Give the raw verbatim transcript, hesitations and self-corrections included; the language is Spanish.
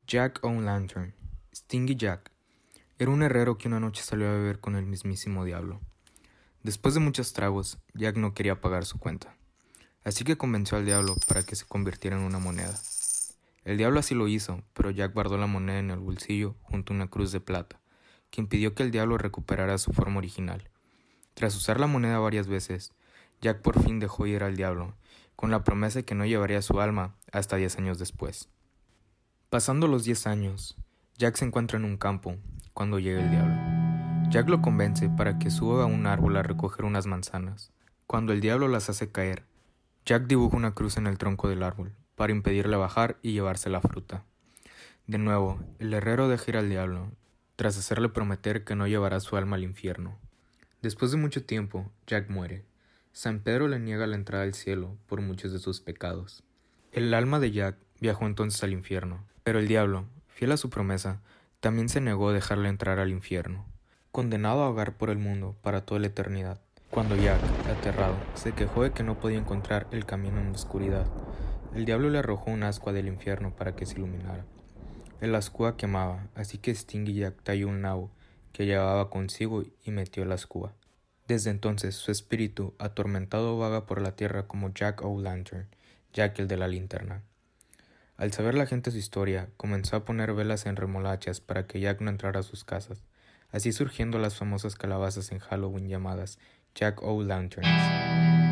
Jack O'Lantern, Stingy Jack, era un herrero que una noche salió a beber con el mismísimo diablo. Después de muchos tragos, Jack no quería pagar su cuenta, así que convenció al diablo para que se convirtiera en una moneda. El diablo así lo hizo, pero Jack guardó la moneda en el bolsillo junto a una cruz de plata, que impidió que el diablo recuperara su forma original. Tras usar la moneda varias veces, Jack por fin dejó ir al diablo, con la promesa de que no llevaría su alma hasta diez años después. Pasando los diez años, Jack se encuentra en un campo cuando llega el diablo. Jack lo convence para que suba a un árbol a recoger unas manzanas. Cuando el diablo las hace caer, Jack dibuja una cruz en el tronco del árbol para impedirle bajar y llevarse la fruta. De nuevo, el herrero deja ir al diablo, tras hacerle prometer que no llevará su alma al infierno. Después de mucho tiempo, Jack muere. San Pedro le niega la entrada al cielo por muchos de sus pecados. El alma de Jack viajó entonces al infierno, pero el diablo, fiel a su promesa, también se negó a dejarle entrar al infierno, condenado a vagar por el mundo para toda la eternidad. Cuando Jack, aterrado, se quejó de que no podía encontrar el camino en la oscuridad, el diablo le arrojó un ascua del infierno para que se iluminara. El ascua quemaba, así que Stingy Jack talló un nabo que llevaba consigo y metió la ascua. Desde entonces, su espíritu, atormentado, vaga por la tierra como Jack O'Lantern, Jack el de la linterna. Al saber la gente su historia, comenzó a poner velas en remolachas para que Jack no entrara a sus casas, así surgiendo las famosas calabazas en Halloween llamadas Jack O'Lanterns.